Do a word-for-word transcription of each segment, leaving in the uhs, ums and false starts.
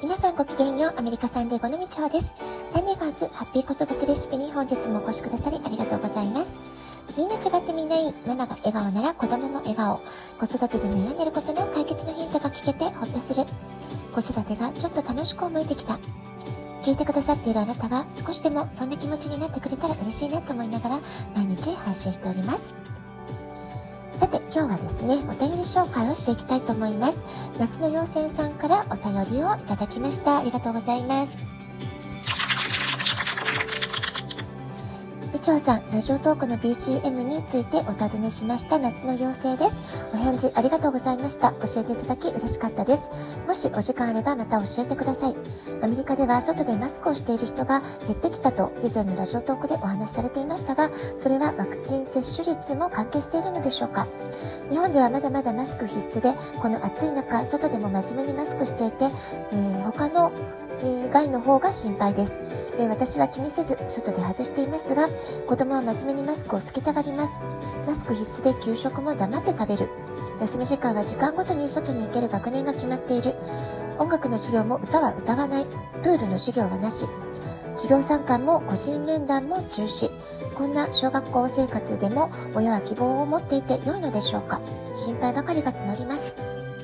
皆さんごきげんよう。アメリカサンデーゴのみちほです。サンデーガーズハッピー子育てレシピに本日もお越しくださりありがとうございます。みんな違ってみんないい。ママが笑顔なら子供も笑顔。子育てで悩んでることの解決のヒントが聞けてほっとする。子育てがちょっと楽しく思えてきた。聞いてくださっているあなたが少しでもそんな気持ちになってくれたら嬉しいなと思いながら毎日配信しております。さて今日はですね、お便り紹介をしていきたいと思います。夏の妖精さんからお便りをいただきました。ありがとうございます。みちほさん、ラジオトークの ビージーエム についてお尋ねしました。夏の妖精です。お返事ありがとうございました。教えていただき嬉しかったです。もしお時間あればまた教えてください。アメリカでは外でマスクをしている人が減ってきたと以前のラジオトークでお話しされていましたが、それはワクチン接種率も関係しているのでしょうか。日本ではまだまだマスク必須で、この暑い中外でも真面目にマスクしていて、えー、他の、えー、害の方が心配です。えー、私は気にせず外で外していますが、子供は真面目にマスクをつけたがります。マスク必須で給食も黙って食べる。休み時間は時間ごとに外に行ける学年が決まっている。音楽の授業も歌は歌わない。プールの授業はなし。授業参観も個人面談も中止。こんな小学校生活でも親は希望を持っていて良いのでしょうか。心配ばかりが募ります。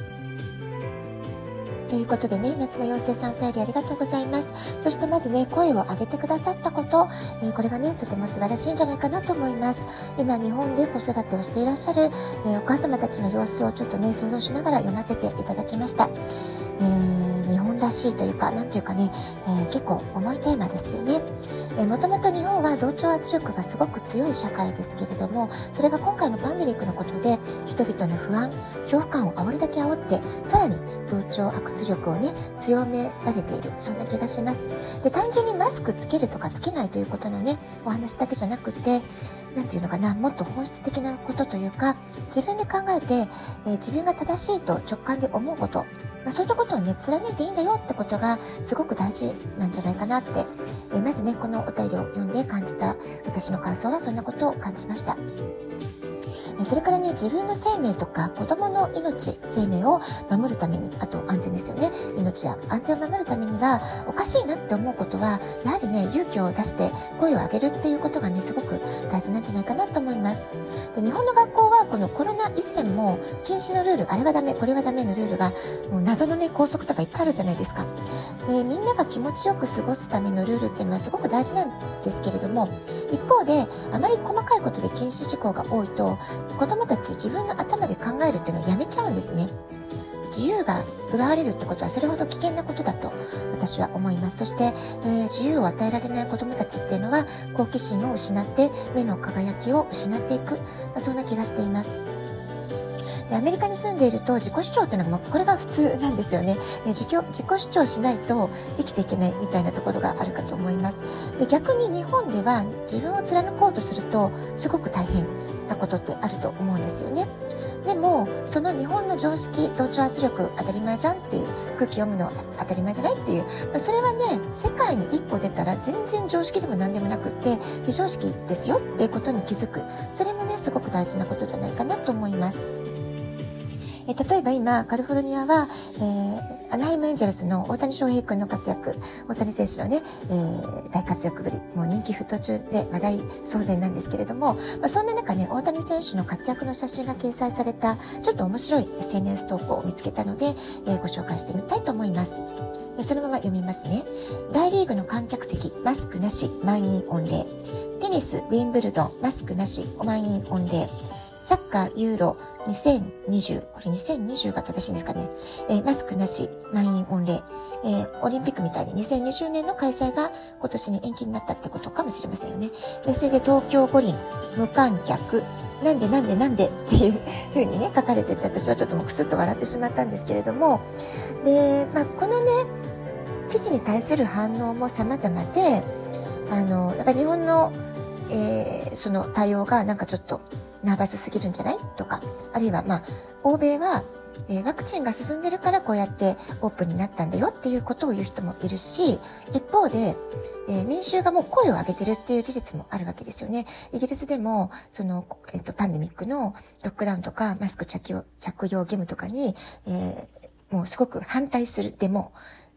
ということでね、夏の妖精さんお便りありがとうございます。そしてまずね、声を上げてくださったこと、えー、これがね、とても素晴らしいんじゃないかなと思います。今、日本で子育てをしていらっしゃる、えー、お母様たちの様子をちょっとね、想像しながら読ませていただきました。えー、日本らしいというか、なんというかね、えー、結構重いテーマですよね。えー、もともと日本は同調圧力がすごく強い社会ですけれども、それが今回のパンデミックのことで人々の不安、恐怖感を煽るだけ煽って、さらに同調圧力をね、強められている、そんな気がします。で、単純にマスクつけるとかつけないということのね、お話だけじゃなくて、なんていうのかな、もっと本質的なことというか、自分で考えて、えー、自分が正しいと直感で思うこと、まあ、そういったことをね、貫いていいんだよってことがすごく大事なんじゃないかなって、えー、まずね、このお便りを読んで感じた私の感想はそんなことを感じました。それからね、自分の生命とか子供の命、生命を守るために、あと安全ですよね。命や安全を守るためには、おかしいなって思うことは、やはりね、勇気を出して声を上げるっていうことがね、すごく大事なんじゃないかなと思います。で、日本の学校はこのコロナ以前も禁止のルール、あれはダメ、これはダメのルールが、もう謎のね、校則とかいっぱいあるじゃないですか。で、みんなが気持ちよく過ごすためのルールっていうのはすごく大事なんですけれども、一方で、あまり細かいことで禁止事項が多いと、子供たち自分の頭で考えるっていうのをやめちゃうんですね。自由が奪われるってことはそれほど危険なことだと私は思います。そして、えー、自由を与えられない子供たちっていうのは好奇心を失って目の輝きを失っていく、まあ、そんな気がしています。で、アメリカに住んでいると自己主張っていうのが、これが普通なんですよね。で、自己、自己主張しないと生きていけないみたいなところがあるかと思います。で、逆に日本では自分を貫こうとするとすごく大変なことってあると思うんですよね。でもその日本の常識、同調圧力当たり前じゃんっていう、空気読むのは当たり前じゃないっていう、それはね、世界に一歩出たら全然常識でも何でもなくって非常識ですよっていうことに気づく、それもね、すごく大事なことじゃないかなと思います。え例えば今カリフォルニアは、えー、アナハイムエンジェルスの大谷翔平君の活躍、大谷選手のね、えー、大活躍ぶり、もう人気沸騰中で話題騒然なんですけれども、まあ、そんな中ね、大谷選手の活躍の写真が掲載されたちょっと面白い エスエヌエス 投稿を見つけたので、えー、ご紹介してみたいと思います。えそのまま読みますね。大リーグの観客席マスクなし、満員御礼。テニスウィンブルドンマスクなし、満員御礼。サッカーユーロにせんにじゅう、これにせんにじゅうが正しいんですかね。えー、マスクなし、満員御礼。えー、オリンピックみたいににせんにじゅうねんの開催が今年に延期になったってことかもしれませんよね。で、それで東京五輪、無観客、なんでなんでなんでっていう風にね、書かれてて、私はちょっともうクスッと笑ってしまったんですけれども、で、まあ、このね、記事に対する反応も様々で、あの、やっぱり日本の、えー、その対応がなんかちょっと、ナーバスすぎるんじゃないとか、あるいはまあ欧米は、えー、ワクチンが進んでるからこうやってオープンになったんだよっていうことを言う人もいるし、一方で、えー、民衆がもう声を上げてるっていう事実もあるわけですよね。イギリスでもその、えー、とパンデミックのロックダウンとかマスク着用着用義務とかに、えー、もうすごく反対するデモ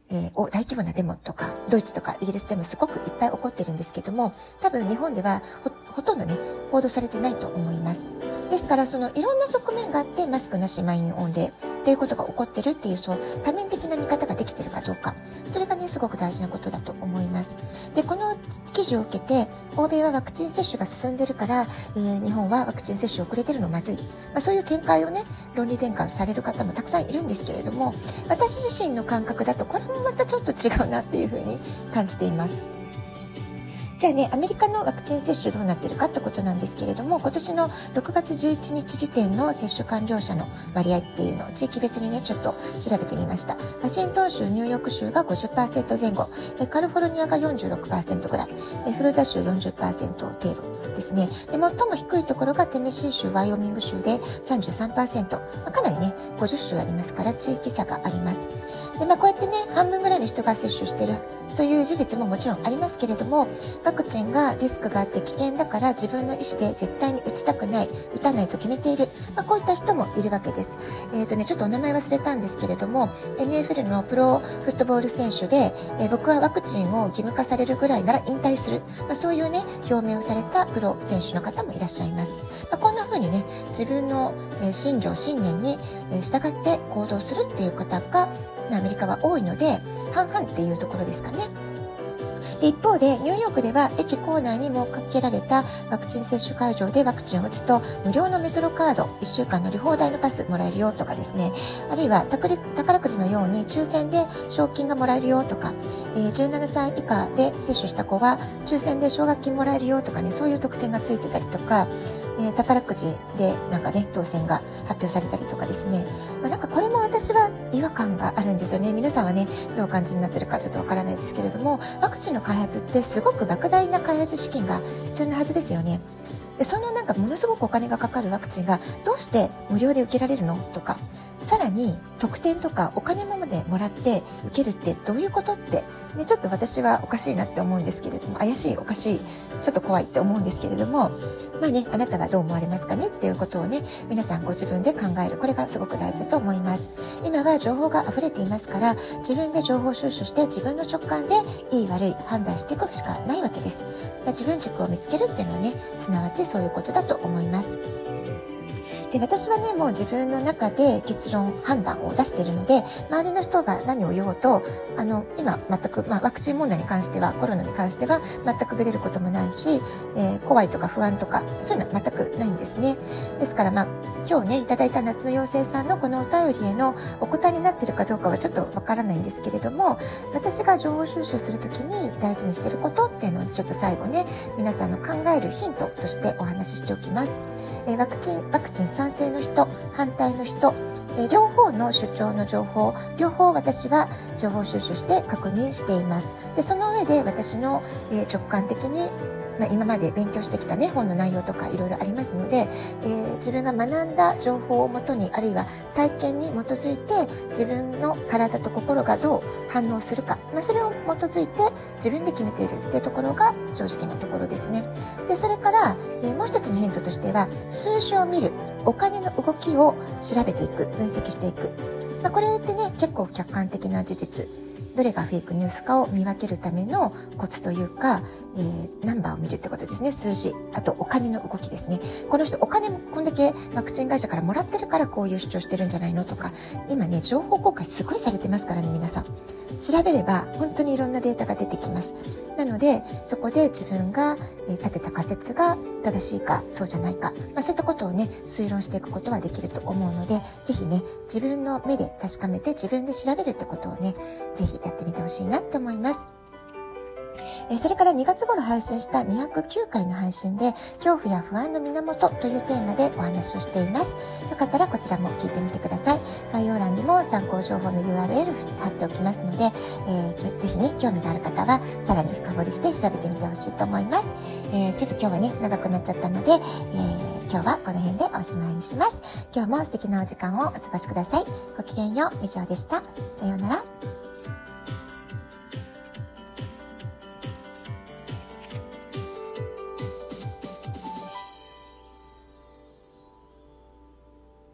えー、お大規模なデモとか、ドイツとかイギリスでもすごくいっぱい起こってるんですけども、多分日本では ほ, ほとんどね、報道されてないと思います。ですから、そのいろんな側面があって、マスクなし満員御礼っていうことが起こってるっていう、そう、多面的な見方ができてるかどうか。それがね、すごく大事なことだと思います。で、この記事を受けて、欧米はワクチン接種が進んでるから、えー、日本はワクチン接種遅れてるのまずい。まあ、そういう見解をね、論理転換される方もたくさんいるんですけれども、私自身の感覚だと、これもまたちょっと違うなっていうふうに感じています。じゃあね、アメリカのワクチン接種どうなってるかってことなんですけれども、今年のろくがつじゅういちにち時点の接種完了者の割合っていうのを地域別にね、ちょっと調べてみました。ワシントン州、ニューヨーク州が ごじゅっパーセント 前後、カリフォルニアが よんじゅうろくパーセント ぐらい、フロリダ州 よんじゅっパーセント 程度ですね。で、最も低いところがテネシー州、ワイオミング州で さんじゅうさんパーセント。まあ、かなりね、ごじゅっ州ありますから地域差があります。で、まあ、こうやってね、半分ぐらいの人が接種してるという事実ももちろんありますけれども、ワクチンがリスクがあって危険だから自分の意思で絶対に打ちたくない、打たないと決めている、まあ、こういった人もいるわけです。えっとね、ちょっとお名前忘れたんですけれども、エヌエフエル のプロフットボール選手で、えー、僕はワクチンを義務化されるぐらいなら引退する、まあ、そういうね、表明をされたプロ選手の方もいらっしゃいます。まあ、こんな風にね、自分の、えー、信条、信念に、えー、従って行動するっていう方が、アメリカは多いので、半々っていうところですかね。で、一方でニューヨークでは駅構内に設けられたワクチン接種会場でワクチンを打つと無料のメトロカード、いっしゅうかん乗り放題のパスもらえるよとかですね、あるいは宝くじのように抽選で賞金がもらえるよとか、えー、じゅうななさい以下で接種した子は抽選で奨学金もらえるよとかね、そういう特典がついてたりとか、えー、宝くじでなんかね、当選が発表されたりとかですね、まあ、なんかこれも私は違和感があるんですよね。皆さんはね、どうお感じになってるかちょっとわからないですけれども、ワクチンの開発ってすごく莫大な開発資金が必要なはずですよね。で、そのなんかものすごくお金がかかるワクチンがどうして無料で受けられるのとか、さらに特典とかお金までもらって受けるってどういうことって、ね、ちょっと私はおかしいなって思うんですけれども、怪しい、おかしい、ちょっと怖いって思うんですけれども、まあね、あなたはどう思われますかねっていうことをね、皆さんご自分で考える。これがすごく大事だと思います。今は情報が溢れていますから、自分で情報収集して自分の直感でいい悪い判断していくしかないわけです。自分軸を見つけるっていうのはね、すなわちそういうことだと思います。で、私はね、もう自分の中で結論、判断を出しているので、周りの人が何を言おうと、あの、今全く、まあ、ワクチン問題に関しては、コロナに関しては全くぶれることもないし、えー、怖いとか不安とか、そういうのは全くないんですね。ですから、まあ、今日ね、いただいた夏の妖精さんのこのお便りへのお答えになっているかどうかはちょっとわからないんですけれども、私が情報収集するときに大事にしていることっていうのをちょっと最後ね、皆さんの考えるヒントとしてお話ししておきます。えー、ワクチン、ワクチン賛成の人、反対の人、えー、両方の主張の情報、両方私は情報収集して確認しています。で、その上で私の、えー、直感的に、まあ、今まで勉強してきたね、本の内容とかいろいろありますので、えー、自分が学んだ情報をもとに、あるいは体験に基づいて、自分の体と心がどう反応するか、まあ、それを基づいて自分で決めているっていうところが正直なところですね。で、それから、えー、もう一つのヒントとしては、数字を見る、お金の動きを調べていく、分析していく。まあ、これってね、結構客観的な事実。どれがフェイクニュースかを見分けるためのコツというか、えー、ナンバーを見るってことですね。数字。あとお金の動きですね。この人お金もこんだけワクチン会社からもらってるからこういう主張してるんじゃないのとか、今ね、情報公開すごいされてますからね、皆さん。調べれば本当にいろんなデータが出てきます。なので、そこで自分が立てた仮説が正しいか、そうじゃないか、まあ、そういったことをね、推論していくことはできると思うので、ぜひね、自分の目で確かめて自分で調べるってことをね、ぜひやってみてほしいなって思います。えそれからにがつ頃配信したにひゃくきゅうかいの配信で、恐怖や不安の源というテーマでお話をしています。よかったらこちらも聞いてみてください。概要欄にも参考情報の ユーアールエル 貼っておきますので、えー、ぜひね、興味がある方はさらに深掘りして調べてみてほしいと思います。えー、ちょっと今日はね、長くなっちゃったので、えー、今日はこの辺でおしまいにします。今日も素敵なお時間をお過ごしください。ごきげんよう、みちおでした。さようなら。